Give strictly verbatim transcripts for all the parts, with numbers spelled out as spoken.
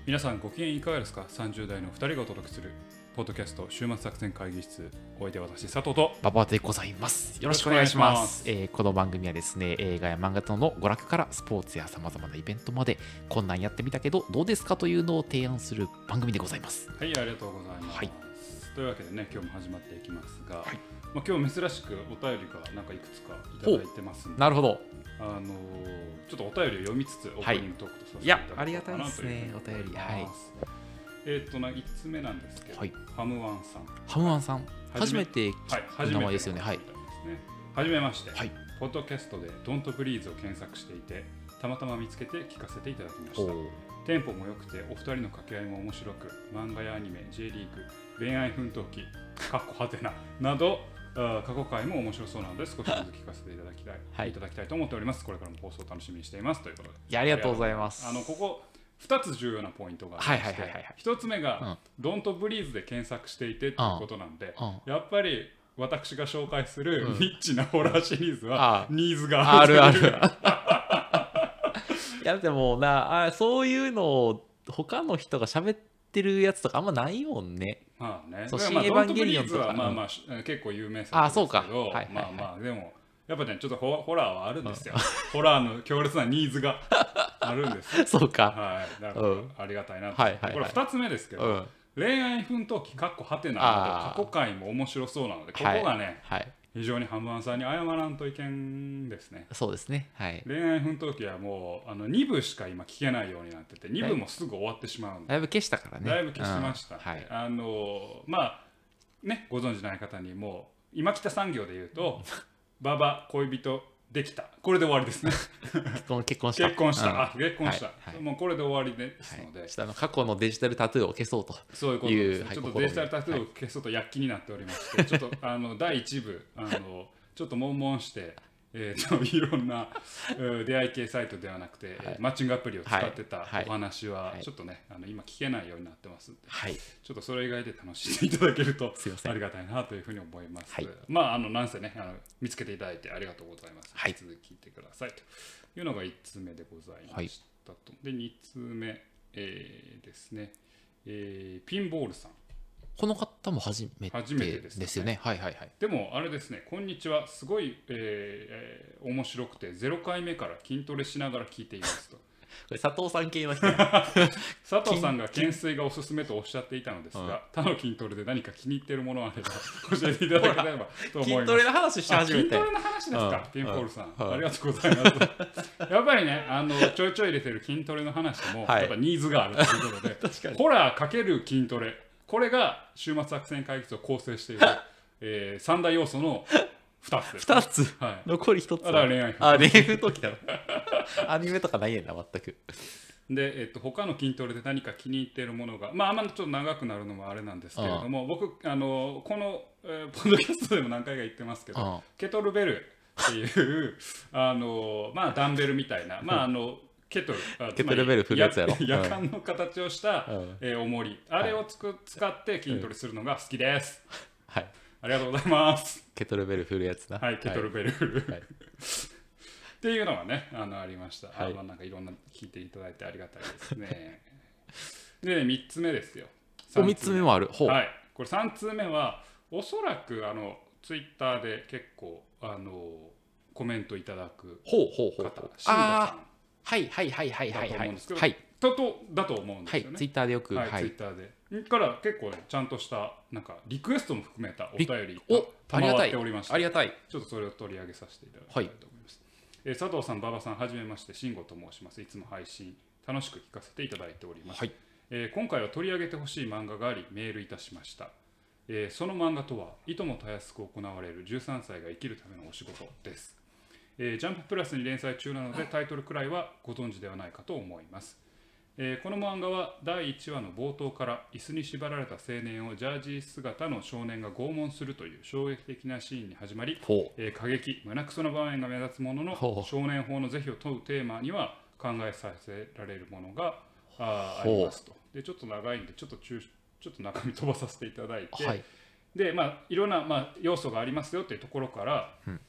皆さんご機嫌いかがですか。さんじゅう代のふたりがお届けするポッドキャスト週末作戦会議室、お相手は私佐藤と馬場でございます。よろしくお願いします。えー、この番組はですね、映画や漫画等の娯楽からスポーツやさまざまなイベントまで、こんなんやってみたけどどうですかというのを提案する番組でございます。 はい、ありがとうございます、はい、というわけでね、今日も始まっていきますが、はい、まあ、今日珍しくお便りがなんかいくつかいただいてますんで、 なるほど、 あのー、ちょっとお便りを読みつつオープニングトークとさせていただこうかなという、はい、いやありがたいですね、お便り。はい、えー、っとないつつめなんですけど、はい、ハムワンさんハムワンさん初めて聞く名前ですよね。はい、 はじめまして、はい、ポッドキャストで Don't Breathe を検索していて、たまたま見つけて聞かせていただきました。テンポも良くてお二人の掛け合いも面白く、漫画やアニメ、J リーグ、恋愛奮闘記、かっこはてななど過去回も面白そうなので少しずつ聞かせていただきたい、はい、いただきたいと思っております。これからも放送を楽しみにしていますということで、 いやありがとうございます。 あのここふたつ重要なポイントがありまして、ひとつめが、うん、Don't Breathe で検索していてということなんで、うんうん、やっぱり私が紹介するニッチなホラーシリーズは、うん、ニーズがあるあるあるいやでもなあ、そういうのを他の人が喋ってるやつとかあんまないもんね。 まあね、 そう新エヴァンゲリオンとか、 まあまあ、うん、結構有名さですけど、あ、そうか、はいはいはい、まあまあでもやっぱね、ちょっと ホ, ホラーはあるんですよ、うん、ホラーの強烈なニーズがあるんですそうか、 はい、だからありがたいなと、うん、はいはいはい、これふたつめですけど、うん、恋愛奮闘記かっこはてな過去回も面白そうなので、ここがね、はいはい、非常にハムワンさんに謝らんといけんですね。 そうですね、はい、 恋愛奮闘記はもうあのにぶしか今聞けないようになってて、にぶもすぐ終わってしまうんで、 だいぶ消したからね、 だいぶ消しました、うん、はい、あのまあね、ご存じない方にも今北産業で言うと馬場恋人できた、これで終わりですね結婚結婚した結婚した、うん、あ結婚した、はいはい、もうこれで終わりですので、はい、 あの過去のデジタルタトゥーを消そうという、 そういうことです、はい、ちょっとデジタルタトゥーを消そうと躍起になっておりまして、はい、ちょっとあのだいいち部あのちょっと悶々して、えー、いろんな出会い系サイトではなくて、はい、マッチングアプリを使ってたお話はちょっとね、あの今聞けないようになってますんで、はい、ちょっとそれ以外で楽しんでいただけるとありがたいなというふうに思います。はい、まああのなんせね、あの見つけていただいてありがとうございます。はい、続き聞いてくださいというのがいっつめでございましたと、はい、でにつめ、えー、ですね、えー、ピンボールさん、 この方も初めてですよね。はいはいはい。 でもあれですね、こんにちは、すごい、えー、面白くてゼロかいめから筋トレしながら聞いていますと。これ佐藤さん系の人佐藤さんが懸垂がおすすめとおっしゃっていたのですが、うん、他の筋トレで何か気に入っているものがあれば教えていただければと思います。 筋トレの話して始めて。 筋トレの話ですか、うん、ピンポールさん、うん、ありがとうございます。やっぱりね、あのちょいちょい入れてる筋トレの話も、はい、やっぱニーズがあるということで確かにホラー×筋トレ、これが週末作戦会議室を構成している、えー、さん大要素のふたつです、ね、 ふたつ、はい、残りひとつはだから恋愛あ恋愛奮闘記だろアニメとかないねんな全く。 で、えっと、他の筋トレで何か気に入っているものが、まああんまりちょっと長くなるのもあれなんですけれども、僕あのこの、えー、ポッドキャストでも何回か言ってますけど、ケトルベルっていうあの、まあ、ダンベルみたいな、まああのケトル、 ケトルベル振るやつやろ、 夜間の形をした、うんえー、重り、あれをつく、はい、使って筋トレするのが好きです、はい、ありがとうございます。 ケトルベル振るやつな、 はい、ケトルベル振る、はい、っていうのがね、あのありました。はい、あまあ、なんかいろんな聞いていただいてありがたいですねで、ね、みっつめですよ。 おみっつめもある。ほう、 はい、これさんつうめはおそらくあのツイッターで結構あのコメントいただく方、 ほうほうほうほう、 慎吾さん、 はいはいはいはいはいはいはい、ととだと思うんですよね。 はい、ツイッターでよく、 はい、はい、ツイッターでから結構ね、ちゃんとしたなんかリクエストも含めたお便りが賜っておりまして、 ありがたい。 ちょっとそれを取り上げさせていただきたいと思います。はい、えー、佐藤さん、馬場さん、はじめまして、慎吾と申します。いつも配信楽しく聞かせていただいております。はい、えー、今回は取り上げてほしい漫画がありメールいたしました。えー、その漫画とはいともたやすく行われるじゅうさんさいが生きるためのお仕事です。えー、ジャンププラスに連載中なのでタイトルくらいはご存知ではないかと思います。えー、この漫画はだいいちわの冒頭から椅子に縛られた青年をジャージ姿の少年が拷問するという衝撃的なシーンに始まり、えー、過激胸くその場面が目立つものの少年法の是非を問うテーマには考えさせられるものが あ, ありますと。でちょっと長いんでちょっと中ちょっと中身飛ばさせていただいて、はい、でまあいろんな、まあ、要素がありますよというところから、うん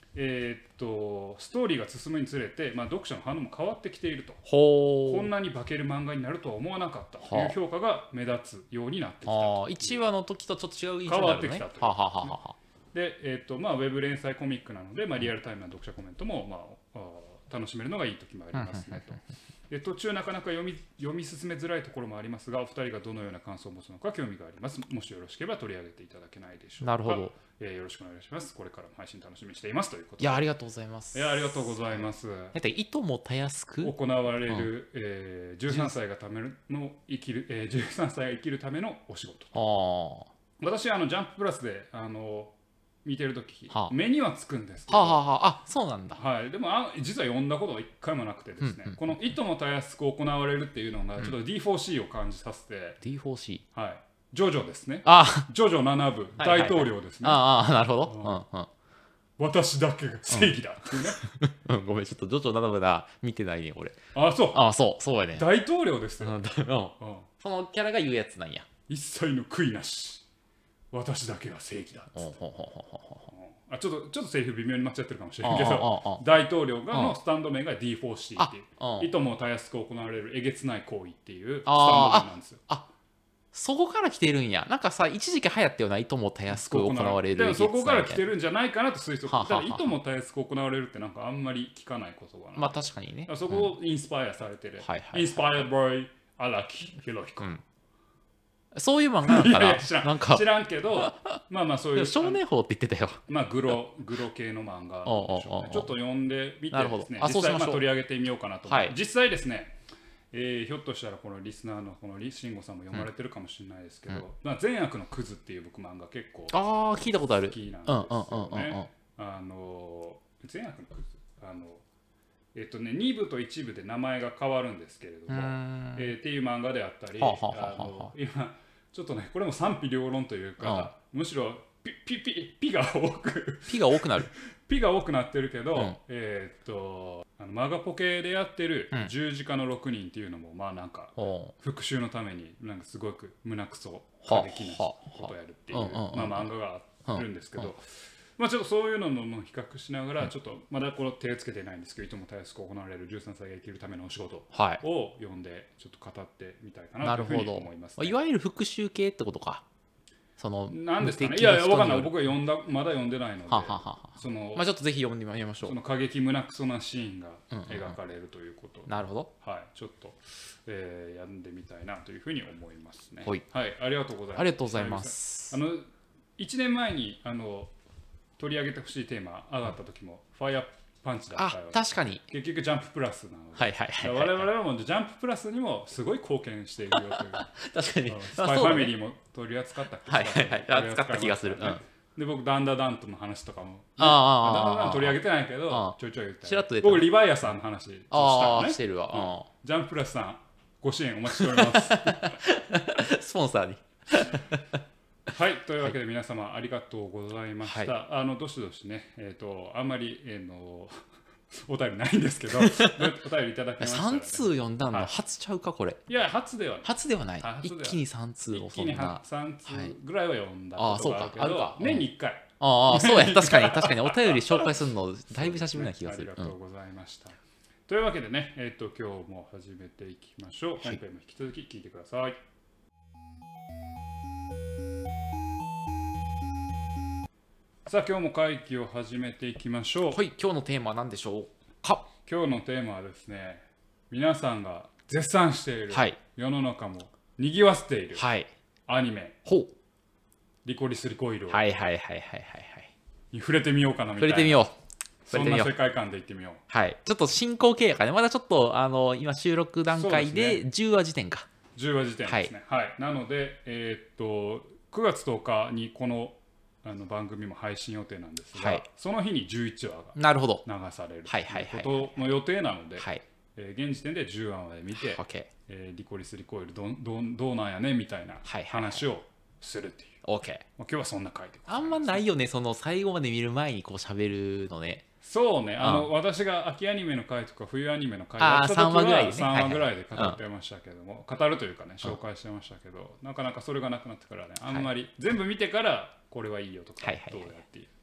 えー、っとストーリーが進むにつれて、まあ、読者の反応も変わってきていると。 ほこんなに化ける漫画になるとは思わなかったという評価が目立つようになってきたと。 いちわの時とちょっと違う印象変になるね。 わってきたという、 ははははで、えーとまあ、ウェブ連載コミックなので、まあ、リアルタイムな読者コメントも、まあ、あ楽しめるのがいい時もありますねと。で途中なかなか読み読み進めづらいところもありますが、お二人がどのような感想を持つのか興味があります。もしよろしければ取り上げていただけないでしょうか。 なるほど、 えー、よろしくお願いします。これからも配信楽しみにしていますということで。 いやありがとうございます。 いやありがとうございます。 だっていともたやすく行われる、うんえー、じゅうさんさいがための生きる、えー、じゅうさんさいが生きるためのお仕事。 あ私はあのジャンププラスであの見てるとき、 はあ、 目にはつくんですけど、 はあはあはあ、あそうなんだ、 はい、でもあ実は読んだことが一回もなくてですね、 うんうん、 このいともたやすく行われるっていうのがちょっと ディーフォーシー を感じさせて、うん、 ディーフォーシー、はい、ジョジョですね、 あジョジョなな部大統領ですね、 ああなるほど、うんうん、 私だけが正義だっていうね、 うん、ごめんちょっとジョジョなな部だ見てないね俺。 あそうあそうそうやね、 大統領ですよ、 うんうん、 うん、 そのキャラが言うやつなんや。 一切の悔いなし私だけが正義だっつって、 ほうほうほうほうほうあちょっとちょっとセリフ微妙に間違ってるかもしれないけど、大統領がのスタンド名が ディーフォーシー っていういともたやすく行われるえげつない行為っていうスタンド名なんですよ。 ああそこから来てるんや。なんかさ一時期流行ったようないともたやすく行われるでもそこから来てるんじゃないかなと推測。 はははただいともたやすく行われるってなんかあんまり聞かない言葉なの。 まあ確かにね。 そこをインスパイアされてる、 うんはいはいはい、 インスパイアバイ荒木博彦、 うんそういう漫画だから知らんなんか知らんけどまあまあそういう少年法って言ってたよ。 まあグログロ系の漫画でしょうね。ちょっと読んでみてですね、実際まあ取り上げてみようかなと思う、はい、実際ですね、えー、ひょっとしたらこのリスナーのこのリ慎吾さんも読まれてるかもしれないですけど、うんまあ、善悪のクズっていう僕漫画結構あ聞いたことある好きなんですよね。あの善悪のクズあのえっとね、に部といち部で名前が変わるんですけれども、えー、っていう漫画であったり、ははははあの今ちょっとねこれも賛否両論というか、うん、むしろピピピピが多くピが多くなるピが多くなってるけど、うん、えー、っとあのマガポケでやってる十字架のろくにんっていうのも、うん、まあなんか復讐のためになんかすごく胸くそ過激なことをやるっていうまあ漫画があるんですけど、うんうんまあ、ちょっとそういうのも比較しながら、ちょっとまだこの手をつけてないんですけど、いともたやすく行われるじゅうさんさいが生きるためのお仕事を読んで、ちょっと語ってみたいかなというふうに思います、ね、 いわゆる復讐系ってことか。そのなんですかね、いやいや、わかんない、僕は読んだまだ読んでないので、はははそのまあ、ちょっとぜひ読んでみましょう。 その過激胸くそなシーンが描かれるということ、 うんうん、なるほど、 はい、ちょっと、えー、読んでみたいなというふうに思いますね。 はい、 はい、ありがとうございます。 ありがとうございます。 あのいちねんまえにあの取り上げてほしいテーマ上がった時もファイヤーパンチだったよ、ね、 あ確かに結局ジャンププラスなので、 はいはいはいはい、 我々はもうジャンププラスにもすごい貢献しているよという確かにスパイファミリーも取り扱った気がする、 はいはいはい、扱った気がする、うん、 で僕ダンダダントの話とかも、ね、 あダンダダン取り上げてないけどちょいちょい言ってちらっと出た僕リヴァイアさんの話したのねしてるわ、 うん、ジャンププラスさんご支援お待ちしておりますスポンサーにはい、というわけで皆様ありがとうございました。はい、あのどしどしね、えーと、あんまり、えー、のお便りないんですけど、お便りいただきましたら、ね。さん通読んだの初ちゃうかこれ。 いや初ではない。 初ではない。一気にさん通をそんな。一気にさん通ぐらいは読んだことがあるけど、 はい、あそうかあるか年にいっかい。 ああそうや確かに確かにお便り紹介するのだいぶ久しぶりな気がする。 ありがとうございました。うん、というわけでね、えっ、ー、と今日も始めていきましょう。はい、今回も引き続き聞いてください。さあ今日も会議を始めていきましょう。 はい、今日のテーマは何でしょうか。 今日のテーマはですね、皆さんが絶賛している、はい、世の中もにぎわせている、はい、アニメ、ほうリコリス・リコイルをはいはいはいはいはいはいに触れてみようかなみたいな。 触れてみよう。 そんな世界観でいってみよう。 はい。ちょっと進行形やからね。まだちょっとあの今収録段階でじゅうわ時点か。 じゅうわ時点ですね。はい。はい、なのでえー、っとくがつとおかにこのあの番組も配信予定なんですが、はい、その日にじゅういちわが流されるということの予定なので、はいえー、現時点でじゅうわまで見て、はいえー、リコリス・リコイル ど, ど, どうなんやねみたいな話をするっていう。 はいはいはい、 まあ、今日はそんな回でございます。 あんまないよね、その最後まで見る前にこう喋るのね。 そうね、あの、うん、私が秋アニメの回とか冬アニメの回やった時はさんわぐらいで、ね、さんわぐらいで語ってましたけども、はいはい、語るというかね紹介してましたけど、うん、なかなかそれがなくなってからねあんまり、はい、全部見てからこれはいいよとか、はいはいはい、どうやって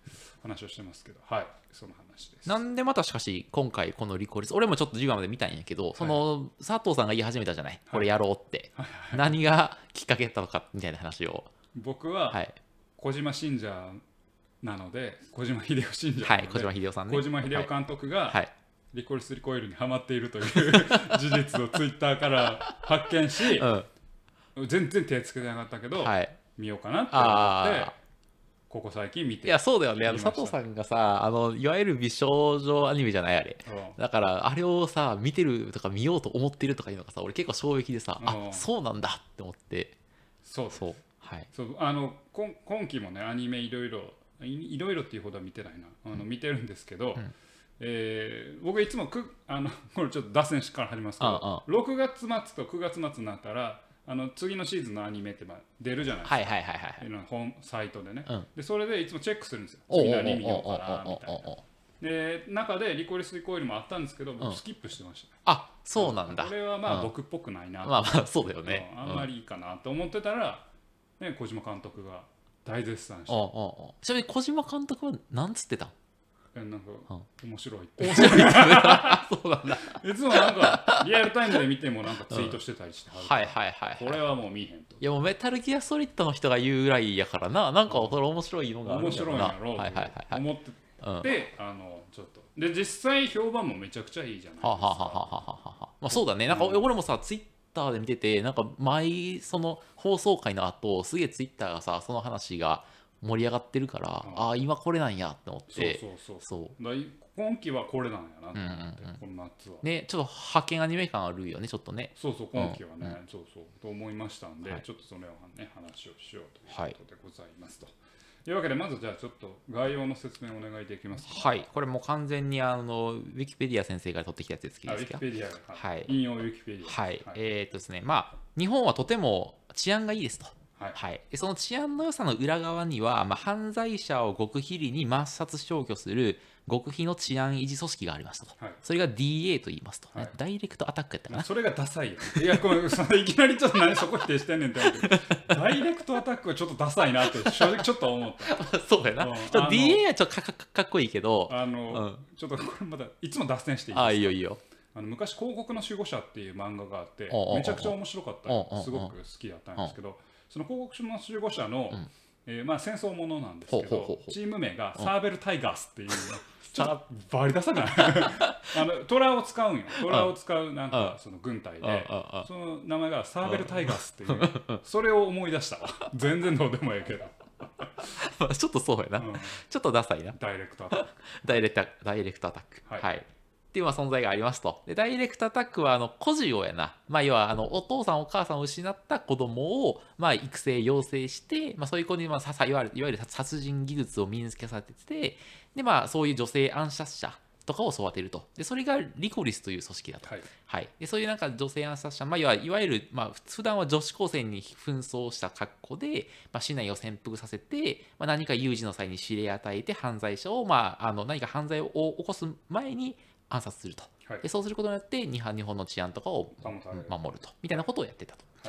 話をしてますけど、はい、その話です。 なんでまたしかし今回このリコリス、俺もちょっとじゅうわまで見たんやけど、その佐藤さんが言い始めたじゃない、これやろうって、はいはいはい、何がきっかけだったのかみたいな話を。 僕は小島信者なので、小島秀夫信者なので、 はい、小島秀夫さんね、 小島秀夫監督が、 はい、 リコリス・リコイルにハマっているという事実をツイッターから発見し、うん、全然手つけてなかったけど、はい、見ようかなって思ってここ最近見て。 いやそうだよね、あの佐藤さんがさ、あのいわゆる美少女アニメじゃないあれ、うん、だからあれをさ見てるとか見ようと思ってるとかいうのがさ、俺結構衝撃でさ、うん、あそうなんだって思って。 そうそう、はい、そうあの今今期もねアニメいろいろいろいろっていうほどは見てないな、あの見てるんですけど、うん、えー、僕いつもくあのこれちょっと脱線から始めますけど、ああろくがつまつとくがつまつになったらあの次のシーズンのアニメって出るじゃないですか、はいはいはいはい、本サイトでね、うん、でそれでいつもチェックするんですよ、次何見ようかなみたいな。で中でリコリス・リコイルもあったんですけど、僕スキップしてましたね、 うん、あそうなんだ。 これはまあ僕っぽくないな、 うん、まあまあそうだよね、 あんまりいいかなと思ってたら、ね、小島監督が大絶賛して。 ああああ、ちなみに小島監督は何つってたん？ なんか、うん、面白いって面白いってそうなんだいつもなんかリアルタイムで見てもなんかツイートしてたりしてはる、 うん、はいはいはい、はい、 これはもう見えへんと。 いやもうメタルギアソリッドの人が言うぐらいやからな、なんかそれ面白いのがあるんだろうな、 面白いんやろうと思って、うん、であのちょっとで実際評判もめちゃくちゃいいじゃないですか。ははははは。まあそうだね、なんか俺もさツイッターで見てて、なんか毎その放送回の後すげえツイッターがさその話が盛り上がってるから、うん、ああ今これなんやって思って。 そうそうそうそう、今期はこれなんやなと思って、うんうんうん、この夏はね、ちょっと派遣アニメ感あるよねちょっとね。 そうそう今期はね、うん、そうそうと思いましたんで、はい、ちょっとそれをね話をしようということでございますと、はい、というわけでまずじゃあちょっと概要の説明お願いできますか。 はい、これもう完全にあのウィキペディア先生から取ってきたやつですけど、ウィキペディア、 はい、 引用ウィキペディア、 はい、はい、えー、っとですね、まあ日本はとても治安がいいですと。はいはい、でその治安の良さの裏側には、まあ、犯罪者を極秘裏に抹殺消去する極秘の治安維持組織がありましたと、はい、それが ディーエー と言いますと、ね、はい、ダイレクトアタックやったかな。 それがダサいよ、ね、いやこれそのいきなりちょっと何そこ否定してんねんって思ってダイレクトアタックはちょっとダサいなって正直ちょっと思ったそうやな、うん、ディーエー はちょっと か, か, かっこいいけど、 あの、うん、ちょっとこれまだいつも脱線していいですか。 あいいよいいよ。 あの昔広告の守護者っていう漫画があってめちゃくちゃ面白かった、すごく好きだったんですけど、その広告の守護者の、うんえーまあ、戦争ものなんですけど、ほうほうほうほう、チーム名がサーベルタイガースっていう、うん、ちょっとバリダサくないあのトラを使うんよ、トラを使うなんかその軍隊で、その名前がサーベルタイガースっていう、それを思い出したわ全然どうでもいいけどまあちょっとそうやな、うん、ちょっとダサいな。 ダイレクトアタックダイレクトダイレクトアタック、はい、はいっていう存在がありますと。でダイレクトアタックはあの孤児をやな、まあ、要はあのお父さんお母さんを失った子供をまあ育成養成して、まあ、そういう子にまあささいわゆるいわゆる殺人技術を身につけさせてて、でまあそういう女性暗殺者とかを育てると。でそれがリコリスという組織だと、はいはい、でそういうなんか女性暗殺者、まあ、いわいわゆる、まあ、普段は女子高生に紛争した格好で、まあ、市内を潜伏させて、まあ、何か有事の際に指令を与えて犯罪者を、まあ、あの何か犯罪を起こす前に暗殺すると、はい、でそうすることによって日本の治安とかを守るとみたいなことをやってたと、はい、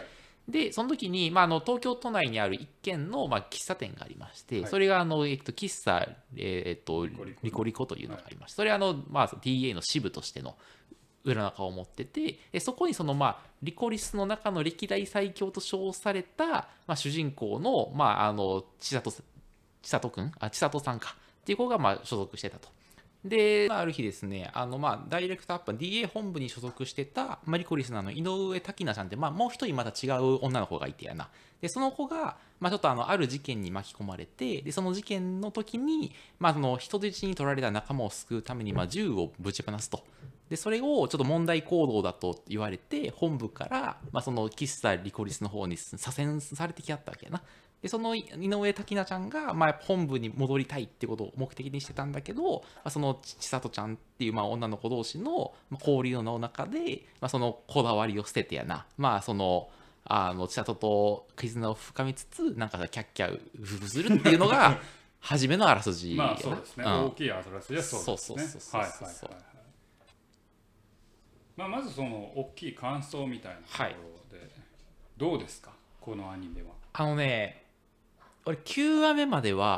でその時に、まあ、あの東京都内にある一軒の、まあ、喫茶店がありまして、はい、それがあの、えっと、喫茶、えー、っとリコリコというのがありまして、はい、それはあの、まあ、ディーエー の支部としての裏中を持ってて、でそこにその、まあ、リコリスの中の歴代最強と称された、まあ、主人公の、まあ、あの千里千里君あ千里さんかっていう子が、まあ、所属してたと。で、ある日ですね、あのまあダイレクトアップ ディーエー 本部に所属してた、まあ、リコリスのあの井上滝菜ちゃんって、まあ、もう一人また違う女の子がいてやな。でその子が、まあ、ちょっとあのある事件に巻き込まれて、でその事件の時に、まあ、その人質に取られた仲間を救うために、まあ、銃をぶち放すと。でそれをちょっと問題行動だと言われて本部から、まあ、その喫茶リコリスの方に左遷されてきあったわけやな。でその井上滝菜ちゃんが、まあ、本部に戻りたいってことを目的にしてたんだけど、まあ、その千里ちゃんっていう、まあ、女の子同士の交流の中で、まあ、そのこだわりを捨ててやな、まあそのあの千里と絆を深めつつなんかキャッキャウフフするっていうのが初めのあらすじまあそうですね、うん、大きいあらすじはそうですね。 そうそうそうそうそう。 まあまずその大きい感想みたいなところで、はい、どうですかこのアニメは。 あのね俺きゅうわめまでは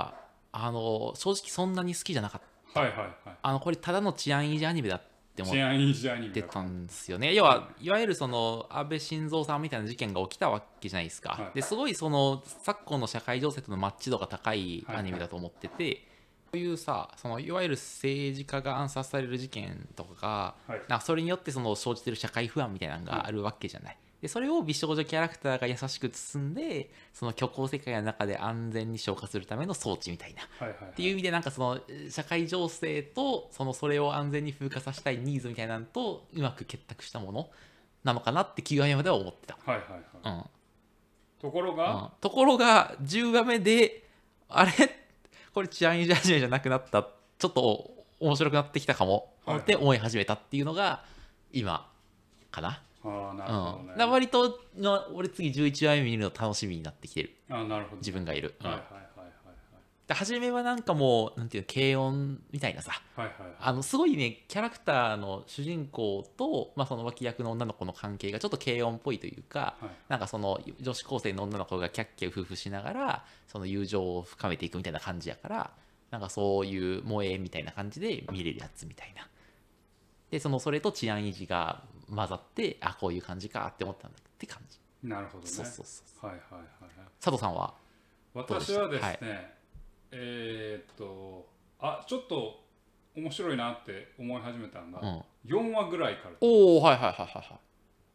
あの正直そんなに好きじゃなかった。 はいはいはい。 あのこれただの治安維持アニメだって思っ治安維持アニメてたんですよね。要は、いわゆるその安倍晋三さんみたいな事件が起きたわけじゃないですか。 はい、 ですごいその昨今の社会情勢とのマッチ度が高いアニメだと思ってて、はいはい、こういうさ、そのいわゆる政治家が暗殺される事件とかが、はい、なんかそれによってその生じてる社会不安みたいなのがあるわけじゃない。でそれを美少女キャラクターが優しく包んで、その虚構世界の中で安全に消化するための装置みたいな、はいはいはい、っていう意味でなんかその社会情勢とそのそれを安全に風化させたいニーズみたいなのとうまく結託したものなのかなって キューアイエム では思ってた。 はいはいはい。うん、ところが、 うん、ところがじゅうわめであれこれ治安維持アニメじゃなくなった、ちょっと面白くなってきたかもって思い始めたっていうのが今かな。 あ、なるほどね。 うん、だ割との俺次じゅういちわめ見るの楽しみになってきてる。 あ、なるほど。 自分がいる。 はいはいはいはい、はい。 で初めはなんかもうなんていうの軽音みたいなさ、 はいはいはい、 あのすごいねキャラクターの主人公と、まあ、その脇役の女の子の関係がちょっと軽音っぽいというか、はい、なんかその女子高生の女の子がキャッキャウフフしながらその友情を深めていくみたいな感じやから、なんかそういう萌えみたいな感じで見れるやつみたいな。でそのそれと治安維持が混ざって、あこういう感じかって思ったんだって感じ。 なるほどね。 そうそうそう。 はいはいはい。 佐藤さんは私はですね、はい、えー、っとあちょっと面白いなって思い始めたのが、うん、よんわぐらいから。 おお、はいはいはいはいはい。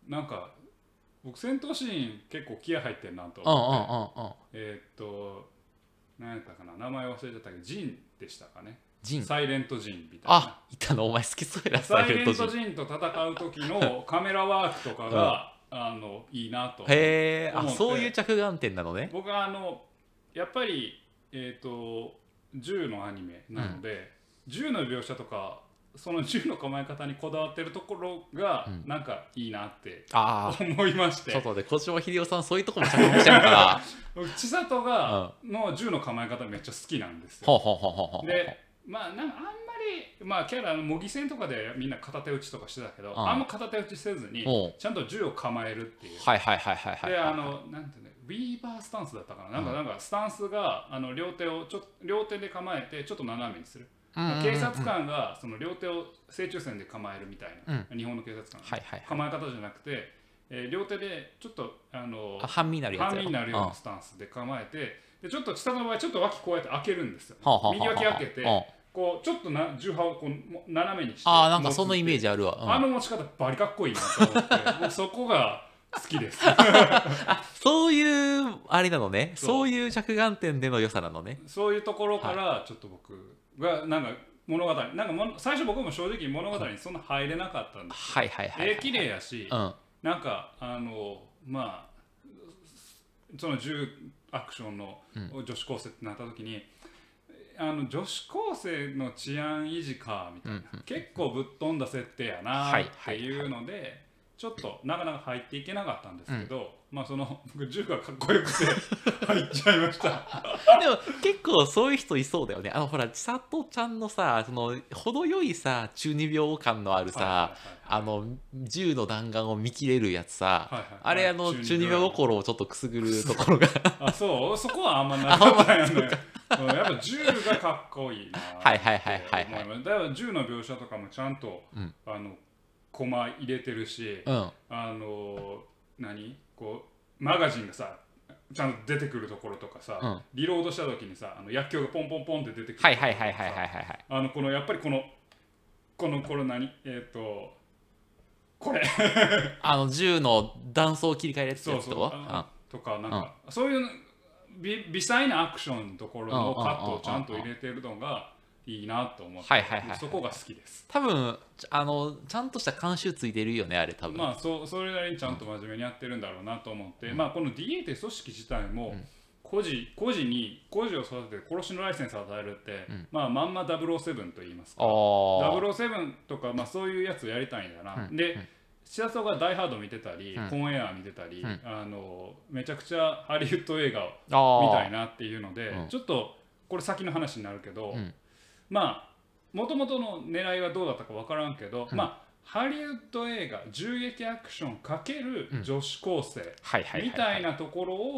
なんか僕戦闘シーン結構気合入ってるなと思って、えー、っと何やったかな、名前忘れちゃったけどジンでしたかね。ジンサイレントジンみたいな。 あ、いたのお前好きそうやな。 サイレントジンと戦う時のカメラワークとかが、うん、あのいいなと思って。 へー、あ、そういう着眼点なのね。 僕はあのやっぱりえっ、ー、と銃のアニメなので、うん、銃の描写とかその銃の構え方にこだわってるところがなんかいいなって思いまして、 うん、ちょっとで小島秀夫さんそういうとこも着目してるから僕千里がの銃の構え方めっちゃ好きなんですよ。でまあなんかあんまりまあキャラの模擬戦とかでみんな片手打ちとかしてたけど、うん、あんま片手打ちせずにちゃんと銃を構えるっていう。 はいはいはいはいはい。 であのなんていうのウィーバースタンスだったかな、なんかなんかスタンスがあの両手をちょ両手で構えてちょっと斜めにする。警察官がその両手を正中線で構えるみたいな、うん、日本の警察官の構え方じゃなくて、えー、両手でちょっとあの半身になるやつ半身になるようなスタンスで構えて、でちょっと下の場合ちょっと脇こうやって開けるんですよ、ね、右脇開けてこうちょっとな銃刃をこう斜めにして、 ああなんかそのイメージあるわ、 うん、あの持ち方バリかっこいいなと思って僕そこが好きですあ、そういうあれなのね。そう、そういう着眼点での良さなのね。 そういうところからちょっと僕がなんか物語なんかも最初僕も正直物語にそんな入れなかったんですけど、はいはいはい、はい、 絵綺麗やし、うん、なんかあのまあその銃アクションの女子高生ってなった時に、うん、あの女子高生の治安維持かみたいな、うんうん、結構ぶっ飛んだ設定やなっていうので、はいはいはい、ちょっとなかなか入っていけなかったんですけど、うん、まあその僕銃がかっこよくて入っちゃいましたでも結構そういう人いそうだよね。あのほら千里ちゃんのさ、その程よいさ中二病感のあるさ、はいはいはいはい、あの銃の弾丸を見切れるやつさ、はいはいはい、あれあの中二病心をちょっとくすぐるところがあ、そうそこはあんまなかったよねやっぱ銃がかっこいいなはいはいはいはいはい。 だから銃の描写とかもちゃんと、うん、あのコマ入れてるし、うん、あの何こうマガジンがさちゃんと出てくるところとかさ、うん、リロードした時にさあの薬莢がポンポンポンって出てくるところとかさ、あのこのやっぱりこのこのこれ何えっ、ー、とこれあの銃の弾倉を切り替えるやつとそうそうとかなんか、うん、そういう微微細なアクションのところのカットをちゃんと入れてるのがいいなと思って、はいはいはいはい、そこが好きです。 多分あのちゃんとした監修ついてるよねあれ多分。 まあそそれなりにちゃんと真面目にやってるんだろうなと思って、うん、まあこの ディーエー という組織自体も、うん、孤児孤児に孤児を育てて殺しのライセンスを与えるって、うん、まあまんまダブルオーセブンと言いますか、ダブルオーセブンとかまあそういうやつをやりたいんだな、うん、で、千里がダイハード見てたり、うん、コンエア見てたり、うん、あのめちゃくちゃハリウッド映画を見たいなっていうので、ちょっとこれ先の話になるけど、うん、まあもともとの狙いはどうだったか分からんけど、うん、まあハリウッド映画銃撃アクションかける女子高生みたいなところを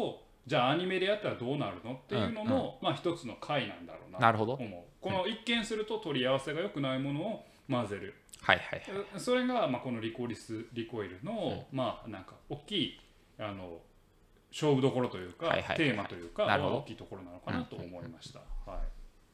じゃあアニメでやったらどうなるのっていうのも、うんうん、まあ一つの回なんだろうなと思う。この一見すると取り合わせが良くないものを混ぜる、 はいはいはい、 それがまあこのリコリスリコイルの、うん、まあなんか大きいあの勝負どころというか、はいはいはい、テーマというか大きいところなのかなと思いました。うんうんうん、はい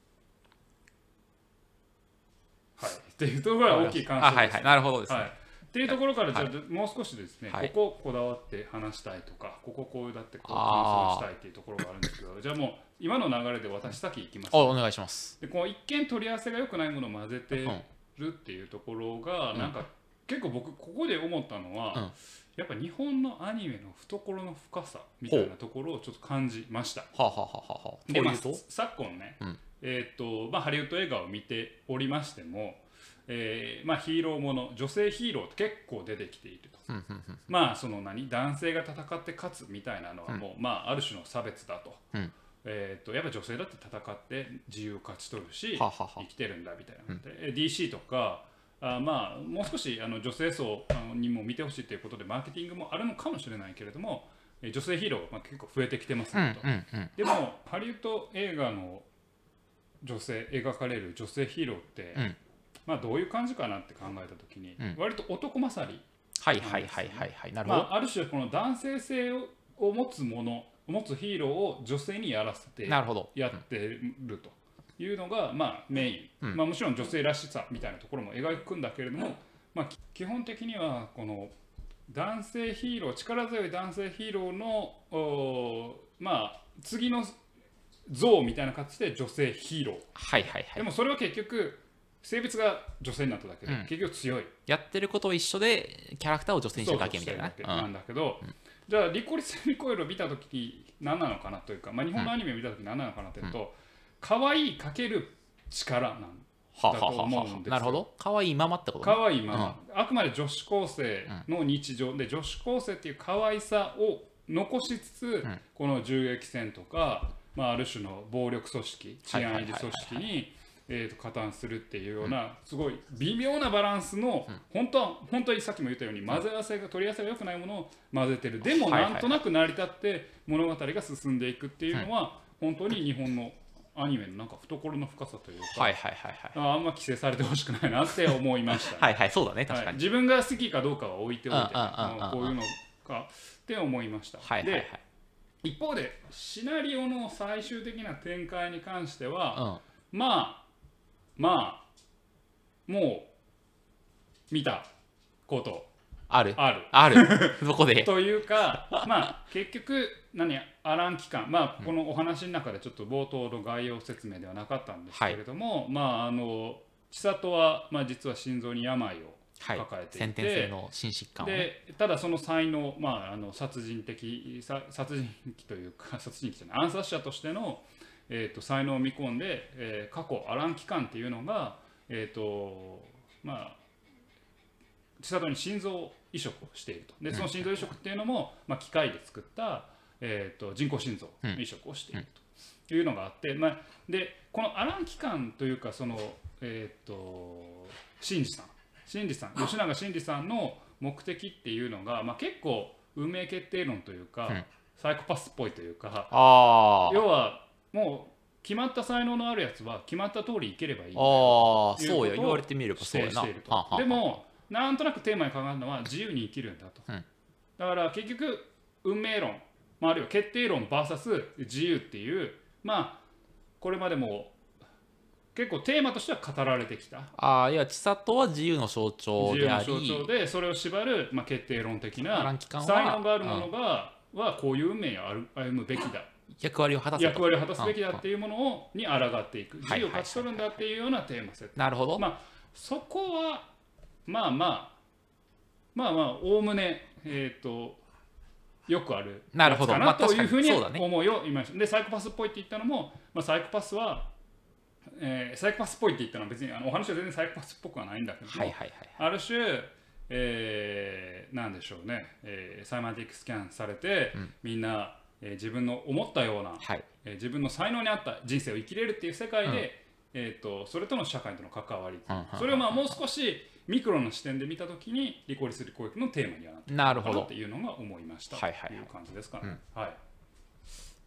はい、っていうところが大きい感想です。 はいはい、なるほどですね。はい、 っていうところからじゃあ、はい、もう少しですね、はい、こここだわって話したいとか、こここうだってこう感想したいっていうところがあるんですけど、じゃあもう今の流れで私先いきます、 ね。お願いします。 でこの一見取り合わせが良くないものを混ぜてるっていうところが、うん、なんか結構僕ここで思ったのは、うん、やっぱ日本のアニメの懐の深さみたいなところをちょっと感じました。はあ、はあはははあ、 で、まあ、昨今ね、うん、えーとまあ、ハリウッド映画を見ておりましても、えーまあ、ヒーローもの女性ヒーローって結構出てきていると、うんうんうん、まあその何男性が戦って勝つみたいなのはもう、うん、まあ、ある種の差別だと、うん、えー、とやっぱ女性だって戦って自由を勝ち取るしははは生きてるんだみたいなので、うん、ディーシー とかあまあもう少しあの女性層にも見てほしいということでマーケティングもあるのかもしれないけれども、女性ヒーローが結構増えてきてますねと、うんうんうん、でもハリウッド映画の女性描かれる女性ヒーローって、うん、まあ、どういう感じかなって考えた時に、うん、割と男勝り、ね、 はいはいはいはいはいなるほど、 まあ、ある種この男性性を持つもの持つヒーローを女性にやらせてやってるというのが、まあ、メイン、うん、まあ、もちろん女性らしさみたいなところも描くんだけれども、まあ、基本的にはこの男性ヒーロー力強い男性ヒーローのまあ次の像みたいな形で女性ヒーロー、 はいはいはい、 でもそれは結局性別が女性になっただけで、うん、結局強いやってることは一緒でキャラクターを女性にしただけみたいななんだけど、うん、じゃあリコリスリコイルを見た時に何なのかなというか、まあ、日本のアニメを見た時に何なのかなというと、うん、可愛いかける力なんだと思うんですよ。 なるほど、可愛いままってことね。可愛いまま、うん、あくまで女子高生の日常で、女子高生っていう可愛さを残しつつ、うん、この銃撃戦とか、まあ、ある種の暴力組織治安維持組織にえーと加担するっていうような、うん、すごい微妙なバランスの、うん、本当は本当にさっきも言ったように混ぜ合わせが取り合わせが良くないものを混ぜてる、でもなんとなく成り立って物語が進んでいくっていうのは、うん、本当に日本のアニメのなんか懐の深さというか、 はいはいはいはい、 あんま規制されてほしくないなって思いました、ね、 はいはいそうだね確かに、 はい、自分が好きかどうかは置いておいて、こういうのかって思いました。 はいはいはい、 で一方でシナリオの最終的な展開に関しては、うん、まあまあもう見たことあるあるあるそこでというか、まあ結局何アラン機関、まあこのお話の中でちょっと冒頭の概要説明ではなかったんですけれども、はい、まああの千里はまあ実は心臓に病を抱えていて、はい、 先天性の心疾患を、ね、 でただその才能、まああの殺人的殺人鬼というか殺人鬼じゃない暗殺者としてのえー、と才能を見込んで、えー、過去アラン機関っていうのが、えーとまあ、千里に心臓移植をしていると。でその心臓移植っていうのも、まあ、機械で作った、えー、と人工心臓の移植をしているというのがあって、まあ、でこのアラン機関というかその、えー、と真司さん真司さん吉永真司さんの目的っていうのが、まあ、結構運命決定論というか、うん、サイコパスっぽいというか、 あ要はもう決まった才能のあるやつは決まった通りいければいいんだよということを言われてみればそうやな。 していると。でもなんとなくテーマに考えるのは自由に生きるんだと、うん、だから結局運命論、まあ、あるいは決定論 ブイエス 自由っていう、まあこれまでも結構テーマとしては語られてきた。 ああ、いや千里は自由の象徴であり、 自由の象徴でそれを縛る、まあ、決定論的な才能があるものが、うん、はこういう運命を歩むべきだ、 役割を果たす役割を果たすべきだっていうものをに抗っていく、自由を勝ち取るんだっていうようなテーマ設定。 なるほど。 まあそこはまあまあまあまあおおむねえっとよくあるやつかなというふうに思いを言いました。でサイコパスっぽいって言ったのも、まあ、サイコパスは、えー、サイコパスっぽいって言ったのは別にあのお話は全然サイコパスっぽくはないんだけども、 はいはいはい、 ある種、えー、なんでしょうね、えー、サイマンティックスキャンされて、うん、みんなえー、自分の思ったような、はい、えー、自分の才能に合った人生を生きれるっていう世界で、うん、えー、とそれとの社会との関わり、うん、それをまあもう少しミクロの視点で見たときにリコリス・リコイルのテーマにはなっているのかなっていうのが思いましたという感じですかね。はい。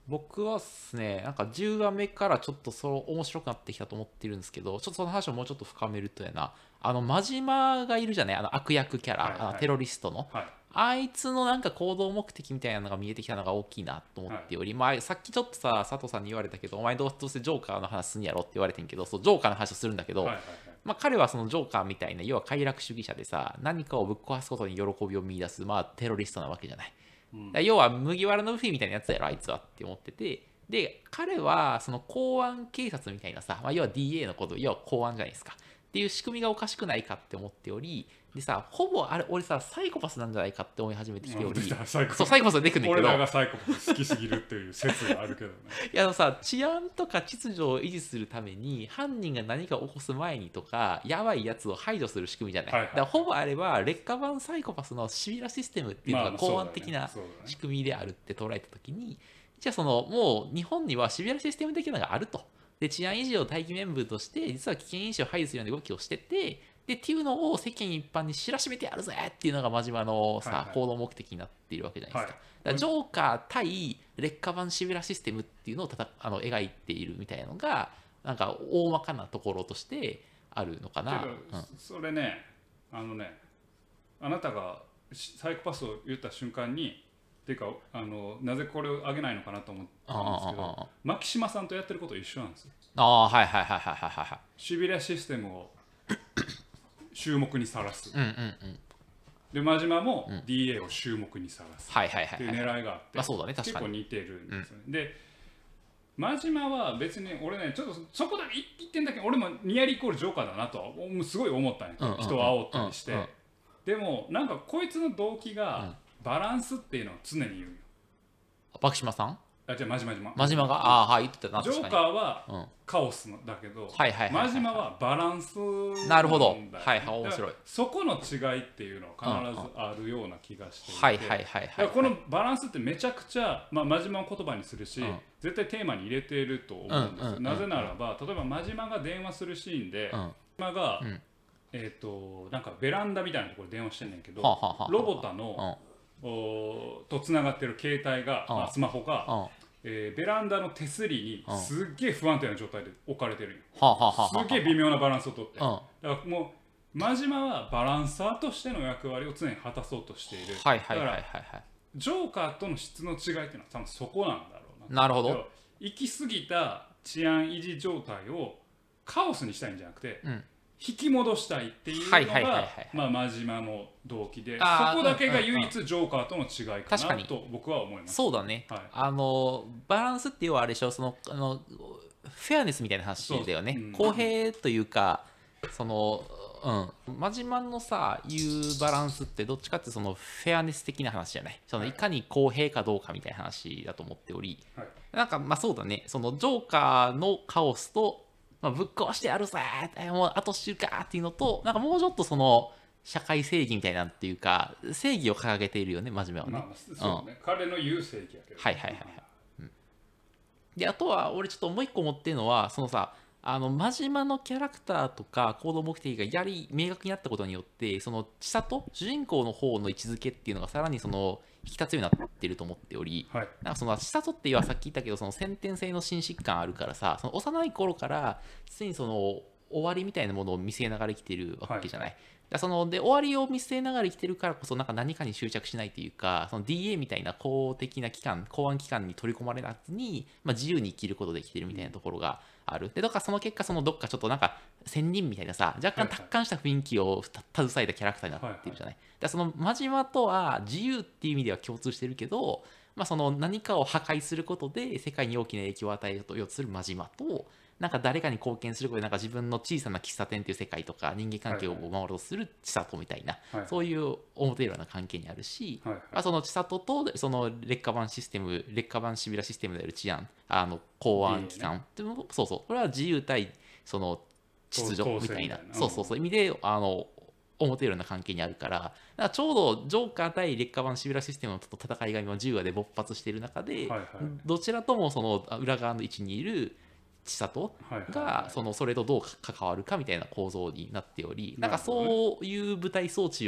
僕はですね、なんかじゅうわめからちょっとそう面白くなってきたと思ってるんですけど、ちょっとその話をもうちょっと深めるとやな、あの真島がいるじゃない、あの悪役キャラ、 はいはいあのテロリストの、 はい、 あいつのなんか行動目的みたいなのが見えてきたのが大きいなと思っており、はい、まあさっきちょっとさ佐藤さんに言われたけど、お前どうどうせジョーカーの話すんやろって言われてんけど、そうジョーカーの話をするんだけど、はいはいはい、まあ、彼はそのジョーカーみたいな要は快楽主義者でさ、何かをぶっ壊すことに喜びを見出す、まあテロリストなわけじゃない、うん、要は麦わらのルフィみたいなやつやろあいつはって思ってて、で彼はその公安警察みたいなさ、まあ、要は ディーエー のこと、要は公安じゃないですかっていう仕組みがおかしくないかって思っており、でさ、ほぼあれ俺さサイコパスなんじゃないかって思い始めてきており、 サイコそうサイコパスが出てくるんだけど、 俺らがサイコパス好きすぎるっていう説があるけどねいやあのさ、治安とか秩序を維持するために犯人が何か起こす前にとかやばいやつを排除する仕組みじゃない、はいはい、だからほぼあれば劣化版サイコパスのシビラシステムっていうのが公安的な仕組みであるって捉えたときに、じゃあそのもう日本にはシビラシステム的なのがあると、で治安維持を大義名分として実は危険因子を排除するような動きをしてて、でっていうのを世間一般に知らしめてやるぜっていうのが真島のさ、はいはい、行動目的になっているわけじゃないですか。はい、だからジョーカー対劣化版シビラシステムっていうのをたたあの描いているみたいなのがなんか大まかなところとしてあるのかな。うん、 それね、あのね、あなたがサイコパスを言った瞬間にっていうかあのなぜこれを挙げないのかなと思ったんですけど、牧島さんとやってること一緒なんですよ。 ああ、はいはいはいはいはいはい。 シビラシステムを注目にさらす。 うんうんうん。 で真島も ディーエー を注目にさらす。 はいはいはい。 っていう狙いがあって、 まあそうだね、確かに結構似てるんですよね。うん、で真島は別に俺ねちょっとそこだけ一点だけ俺もニアリーイコールジョーカーだなとはすごい思ったんやけど、うんうんうん、人を煽ったりして、うんうん、でもなんかこいつの動機がバランスっていうのを常に言うよ。 牧島さん？ あ、じゃあ真島島真島が、ああはい言ってたな。 ジョーカーはカオスだけど、真島はバランスなんだよ。 なるほど。はいはい、面白い。 そこの違いっていうのは必ずあるような気がしていて、 はいはいはいはい。 このバランスってめちゃくちゃ、まあ、真島を言葉にするし、うん、絶対テーマに入れていると思うんですよ。なぜならば、例えば真島が電話するシーンで、真島が、うん、えっとなんかベランダみたいなところで電話してんねんけど、ロボタの、うん、おとつながってる携帯が、まあ、スマホが、うんえー、ベランダの手すりにすっげえ不安定な状態で置かれてるんよ。すっげえ微妙なバランスをとって、だからもう真島はバランサーとしての役割を常に果たそうとしている。だからジョーカーとの質の違いっていうのは多分そこなんだろうな。 なるほど。 行き過ぎた治安維持状態をカオスにしたいんじゃなくて、うん、引き戻したいっていうのが真島の動機で、そこだけが唯一ジョーカーとの違いかなと僕は思います。 そうだね、はい、あのバランスっていうのはあれでしょ、そのあのフェアネスみたいな話だよね、うん、公平というか、そのうん真島のさ言うバランスってどっちかってそのフェアネス的な話じゃない、そのいかに公平かどうかみたいな話だと思っており、はい、なんかまあそうだね、そのジョーカーのカオスとまあ、ぶっ壊してやるぜもう後知るかっていうのと、なんかもうちょっとその社会正義みたいなっていうか正義を掲げているよね真面目はね、まあ、 そうね、うん、彼の言う正義やけど、 はいはいはいはい、うん、であとは俺ちょっともう一個思ってるのは、そのさあの真島のキャラクターとか行動目的がやり明確になったことによって、その千里主人公の方の位置づけっていうのがさらにその引き立つようになっていると思っており、はい、なんかその千里っていうのはさっき言ったけどその先天性の心疾患あるからさ、その幼い頃から常にその終わりみたいなものを見据えながら生きてるわけじゃない、はい、だそので終わりを見据えながら生きてるからこそなんか何かに執着しないというか、その ディーエー みたいな公的な機関公安機関に取り込まれなずに、まあ、自由に生きることできてるみたいなところがある。でだからその結果そのどっかちょっとなんか仙人みたいなさ若干達観した雰囲気を携えたキャラクターになってるじゃない、はいはい、だからその真島とは自由っていう意味では共通してるけど、まあ、その何かを破壊することで世界に大きな影響を与えようとする真島と、なんか誰かに貢献することでなんか自分の小さな喫茶店っていう世界とか人間関係を守ろうとする千里みたいな、はいはい、そういう表裏な関係にあるし、はいはい、まあ、その千里とその劣化版システム劣化版シビラシステムである治安あの公安機関っていうのも、そうそうこれは自由対その秩序みたいな、そうそうそう意味であの表裏な関係にあるから、だからちょうどジョーカー対劣化版シビラシステムの戦いが今じゅうわで勃発している中で、はいはい、どちらともその裏側の位置にいる千里がそのそれとどう関わるかみたいな構造になっており、なんかそういう舞台装置を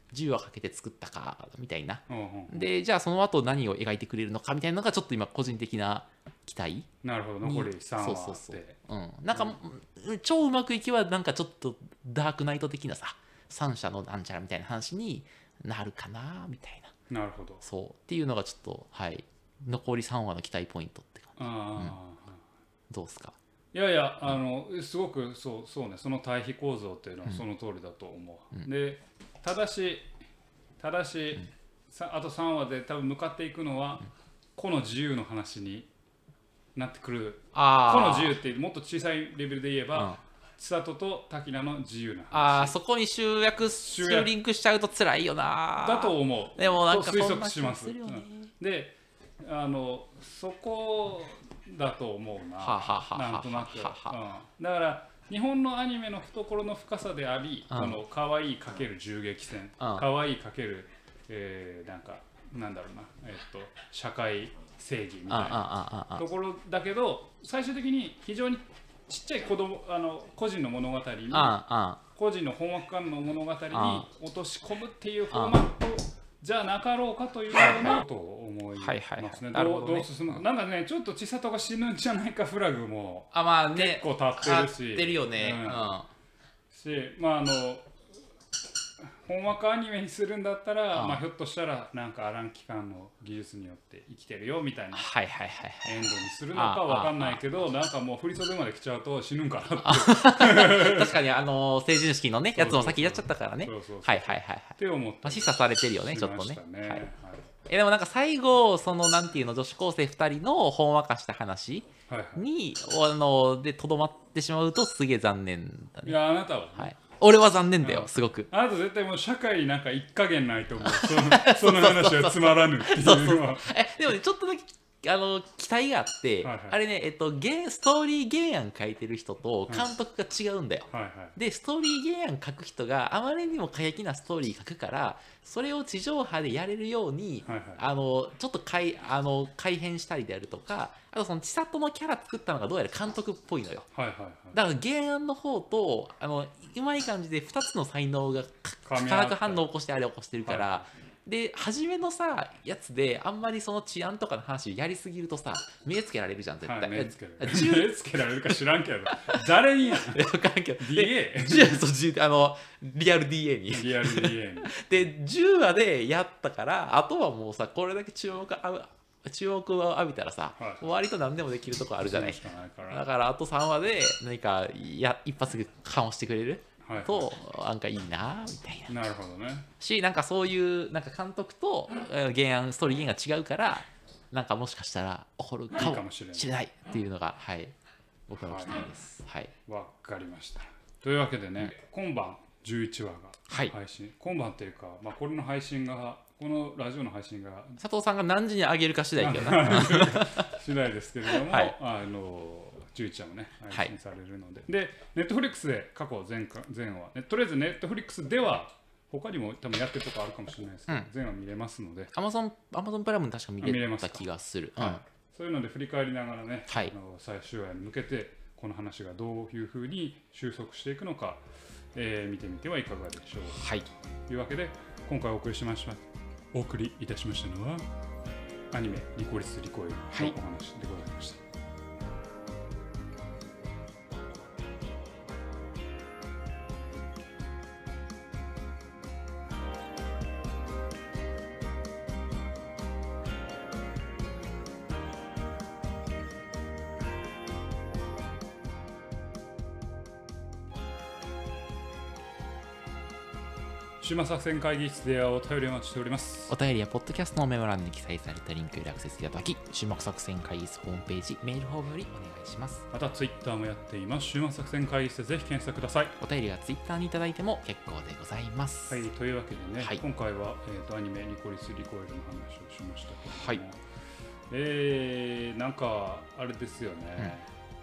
じゅうわかけて作ったかみたいな、 うんうん、 でじゃあその後何を描いてくれるのかみたいなのがちょっと今個人的な期待。 なるほど、残りさんわあって、 そうそうそう、うん、なんか、うん、超うまくいけばなんかちょっとダークナイト的なさ三者のなんちゃらみたいな話になるかなみたいな。なるほど。 そうっていうのがちょっとはい残りさんわの期待ポイントって感じ。あ、うん、どうですか。 いやいや、あのすごくそうそうね、その対比構造っていうのはその通りだと思う、うん、でただしただし、うん、さあとさんわで多分向かっていくのは、うん、個の自由の話になってくる。 あ個の自由ってもっと小さいレベルで言えば、うん、千里と滝名の自由な話。 ああ、そこに集約集リンクしちゃうと辛いよな。 だと思う。 でもなんか推測します。うん、であのそこだと思うな。 はははなんとなく、うん、だから日本のアニメの懐の深さであり、うん、この可愛いかける銃撃戦、うん、可愛いかける、えー、なんかなんだろうな、えー、っと社会正義みたいなところだけど、最終的に非常にちっちゃい子供あの個人の物語に個人の本枠間の物語に落とし込むっていうフォーマットじゃなかろうかというようなことを思いますね。どう進むなんかね、ちょっと千里が死ぬんじゃないかフラグも結構立ってるし、 立ってるよね。うん、 し、まああの本枠アニメにするんだったら、まあ、ひょっとしたらなんかアラン機関の技術によって生きてるよみたいなエンドにするのかわかんないけど、なんかもう振り袖まで来ちゃうと死ぬんかなって確かにあの成人式のねやつも先やっちゃったからね。はいはいはいって思って示唆されてるよねちょっとね。はい、えでもなんか最後そのなんていうの女子高生ふたりのほんわかした話に、はいはい、あのでとどまってしまうとすげえ残念だね。 いやあなたは、ね、 はい、俺は残念だよ、すごく。 あなた絶対もう社会になんか一加減ないと思う。その、その話はつまらぬっていうのは。 え、でもね、ちょっとだけあの期待があって、はいはい、あれね、えっと、ゲストーリー原案書いてる人と監督が違うんだよ。はいはいはい、で、ストーリー原案書く人があまりにも過激なストーリー書くから、それを地上波でやれるように、はいはい、あのちょっと改あの改変したりであるとか、あとその千里のキャラ作ったのがどうやら監督っぽいのよ。はいはいはい、だから原案の方とあのうまい感じでふたつの才能が化学反応を起こしてあれを起こしてるから。はい、で初めのさやつであんまりその治安とかの話やりすぎるとさ目つけられるじゃん絶対、はい、 目つけられる目つけられるか知らんけど誰にやん分からんけどディーエーあのリアル ディーエー にリアル ディーエー にでじゅうわでやったからあとはもうさこれだけ注目注目を浴びたらさ、はい、割と何でもできるとこあるじゃない。だからあとさんわで何かや一発緩和してくれるはいはい、となんかいいなみたいな。なるほどね。 しなんかそういうなんか監督と原案ストーリー原案が違うからなんかもしかしたら起こるかもしれないっていうのがはい僕の期待です。はい。 わ、はい、かりました。というわけでね、うん、今晩じゅういちわが配信、はい、今晩っていうか、まあ、これの配信がこのラジオの配信が佐藤さんが何時に上げるか次第けどな次第ですけれども、はい、あのじゅういちわもね配信されるので、はい、でネットフリックスで過去前前話ねとりあえずネットフリックスでは他にも多分やってるとこあるかもしれないですけど、うん、前話見れますのでアマゾンアマゾンプライム確か見れた気がする、うんはい、そういうので振り返りながらね、はい、あの最終話に向けてこの話がどういうふうに収束していくのか、えー、見てみてはいかがでしょうか、はい、というわけで今回お送りしましたお送りいたしましたのはアニメリコリスリコイルのお話でございました、はい。週末作戦会議室ではお便りをお待ちしております。 お便りはポッドキャストのメモ欄に記載されたリンクよりアクセスいただき、週末作戦会議室ホームページ、メールフォームよりお願いします。 またツイッターもやっています。週末作戦会議室でぜひ検索ください。 お便りはツイッターにいただいても結構でございます。 はい、というわけでね、はい、今回は、えーと、アニメリコリスリコイルの話をしましたけども、はい、えー、なんかあれですよね、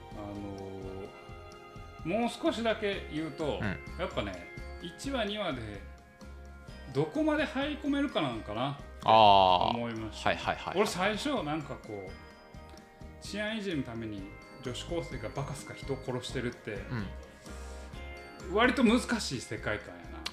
うん、あのー、もう少しだけ言うと、うん、やっぱねいちわにわでどこまで入り込めるかなんかなって思いました。はいはいはい、俺最初なんかこう治安維持のために女子高生がバカすか人を殺してるって、うん、割と難しい世界観やな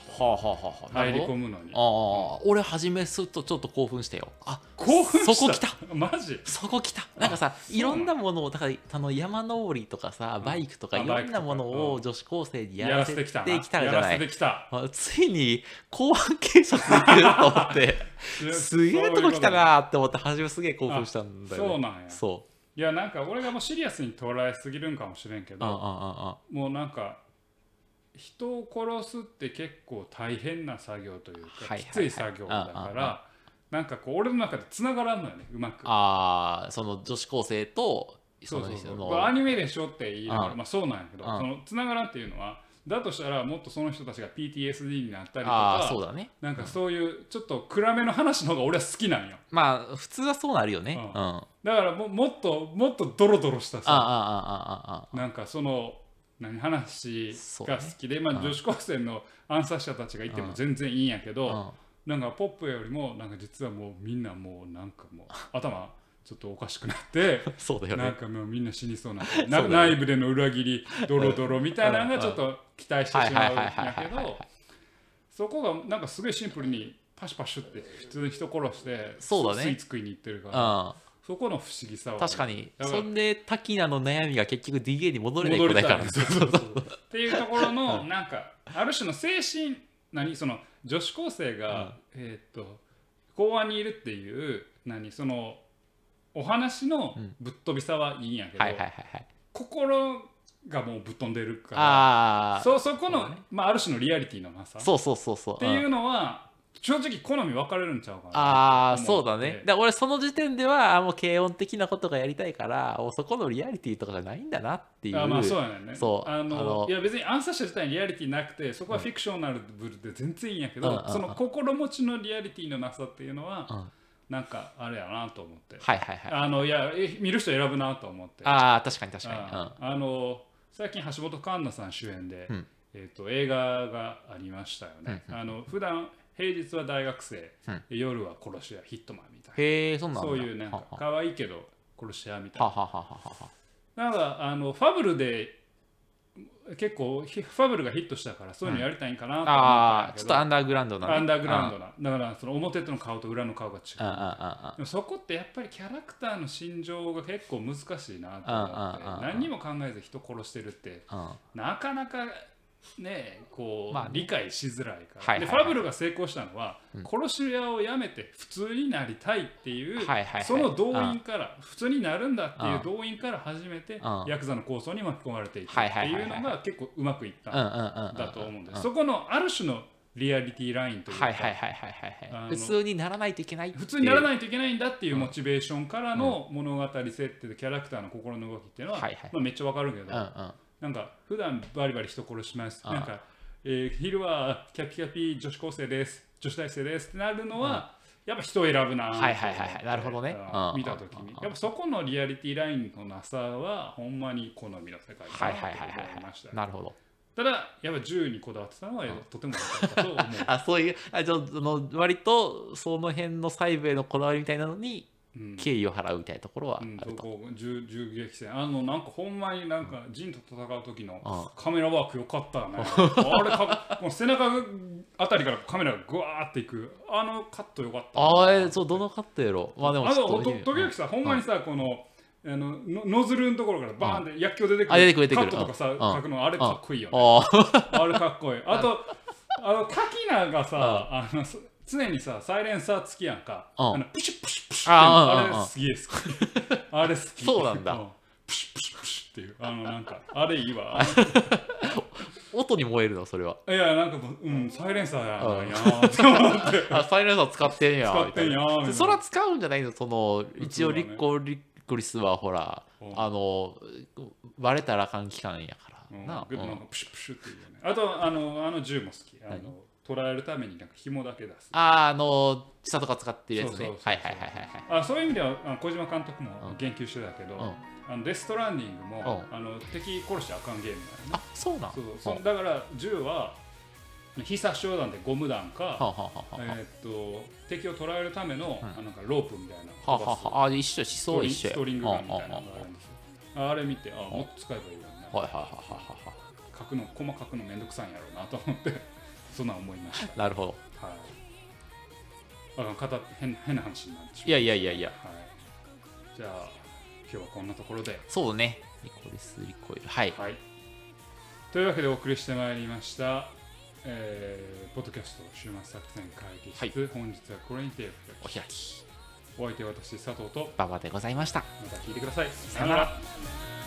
はあはあはあ、入り込むのに。 ああ、俺初めするとちょっと興奮したよ。あ、 興奮した。 そこ来た。 マジ？ そこ来た。なんかさ、いろんなものをだからあの山登りとかさ、バイクとかいろんなものを女子高生にやらせてきたじゃない。やらせてきた。ついに公安警察行くと思って、すげえとこ来たなって思って初めすげえ興奮したんだよね。 そうなんや。 そう。 いやなんか俺がもうシリアスに捉えすぎるんかもしれんけど、もうなんか人を殺すって結構大変な作業というかきつい作業だからなんかこう俺の中でつながらんのよねうまく。 ああ、その女子高生とその人のアニメでしょって言いながらまあそうなんやけど、そのつながらんっていうのはだとしたらもっとその人たちが ピーティーエスディー になったりとか、 そうだね、 なんかそういうちょっと暗めの話の方が俺は好きなんよ。 まあ普通はそうなるよね、うんうん、 だからももっともっとドロドロしたさ、なんかその何話が好きで、ね、まあ、女子高生の暗殺者たちがいても全然いいんやけど、なんかポップよりもなんか実はもうみんなもうなんかもう頭ちょっとおかしくなってそうだよね、 なんかもうみんな死にそうなな内部での裏切りドロドロみたいなのがちょっと期待してしまうんやけど、そこがなんかすごいシンプルにパシパシュって普通に人殺してそうだね、 スイーツ食いに行ってるから、そこの不思議さは確かに。そんでタキナの悩みが結局 ディーエー に戻れないことだからっていうところのなんかある種の精神何その女子高生が、うん、えっと公安にいるっていう何そのお話のぶっ飛びさはいいんやけど、心がもうぶっ飛んでるから、あそそこの、ね、まあ、ある種のリアリティのなさそうそうそうそうっていうのは、うん、正直好み分かれるんちゃうかな。 ああそうだね。だ俺その時点ではもう軽音的なことがやりたいからそこのリアリティとかじゃないんだなっていう。 あまあそうやね。 そうあのあのいや別に暗殺者自体にリアリティなくてそこはフィクショナルで全然いいんやけど、うん、その心持ちのリアリティのなさっていうのは、うんなんかあれやなと思って、 はいはいはい、 あのいや見る人選ぶなと思って、 ああ確かに確かに、 あ、うん、あの最近橋本環奈さん主演で、うんえー、と映画がありましたよね、うん、あの普段平日は大学生、うん、夜は殺し屋ヒットマンみたいな、 へえそうなんだ、 そういうなんか可愛いけど殺し屋みたいな、はははははなんかあのファブルで結構ファブルがヒットしたからそういうのやりたいんかなと思ったんだけど、うん、あちょっとアンダーグラウンドな、ね、 アンダーグラウンドなだからその表との顔と裏の顔が違う、でもそこってやっぱりキャラクターの心情が結構難しいなと思って何にも考えず人殺してるってなかなかねこう、まあね、理解しづらいから、はいはいはい、でファブルが成功したのは、うん、殺し屋をやめて普通になりたいっていう、はいはいはい、その動員から普通になるんだっていう動員から始めてヤクザの抗争に巻き込まれていくっていうのが結構うまくいったんだと思うんです。そこのある種のリアリティラインというか普通にならないといけない普通にならないといけないんだっていうモチベーションからの物語設定でキャラクターの心の動きっていうのは、はいはいまあ、めっちゃわかるけど、うんうんなんか普段バリバリ人殺しますなんか、えー、昼はキャピキャピ女子高生です女子大生ですってなるのは、うん、やっぱ人を選ぶなはいはいはいはいなるほどね見た時にやっぱそこのリアリティラインのなさはほんまに好みの世界だなと思いました。 なるほど。 ただやっぱ銃にこだわってたのはとても良かったと思うあそういうあじゃあの割とその辺の細部へのこだわりみたいなのに敬意を払うみたいなところはあると、 うん、銃撃戦あのなんかほんまになんかジンと戦う時のカメラワーク良かったね、うん、あれかもう背中あたりからカメラがグワーっていくあのカット良かったああそうどのカットやろまあでもあの時々さ、うん、ほんまにさ、うん、このあのノズルのところからバーンって薬莢出てくる、うん、カットとかさ、うん、書くのあれかっこいいよね、うん、あれかっこいいあとあの滝名がさ、うん、あの常にさサイレンサー付きやんか、うん、あのプシュプシュプシュってあれすげえ好きあれ好きそうなんだ、うん、 プシュプシュプシュっていうあのなんかあれいいわ音に燃えるのそれはいやなんかうんサイレンサーやなんやって思ってあサイレンサー使ってんや使ってんやみたいなそら使うんじゃないのその一応リッコリックリスはほらあのバレたらあかん期間やから、うん、ななんかプシュプシュっていうねあとあのあの銃も好きあの捉えるためになんか紐だけ出すああの地下とか使ってるやつねはいはいはいはいあそういう意味では小島監督も言及してたけど、うんあのデストランディングも、うん、あの敵殺しちゃあかんゲームだよねあそうなんそうそう、うん、だから銃は必殺手段でゴム弾か、はあはあはあえー、っと敵を捉えるための、うん、あなんかロープみたいなはあはあ、あ一緒思想一緒ストリングガンみたいなのがあるんですよ、はあはあ、あれ見てあもっと使えばいいよねはいはいはいはいはい書くの細かくのめんどくさいんやろうなと思ってそんなん思いました。 なるほど。 はい。あか変変な話になってしまう。 いやいやいやいや。 はい。じゃあ今日はこんなところで。 そうね。リコリスリコイル。はい。 はい。というわけでお送りしてまいりました。えー、ポッドキャスト週末作戦会議室、はい、本日はこれにてお開き。 お相手は私佐藤と馬場でございました。 また聞いてください。 さよなら。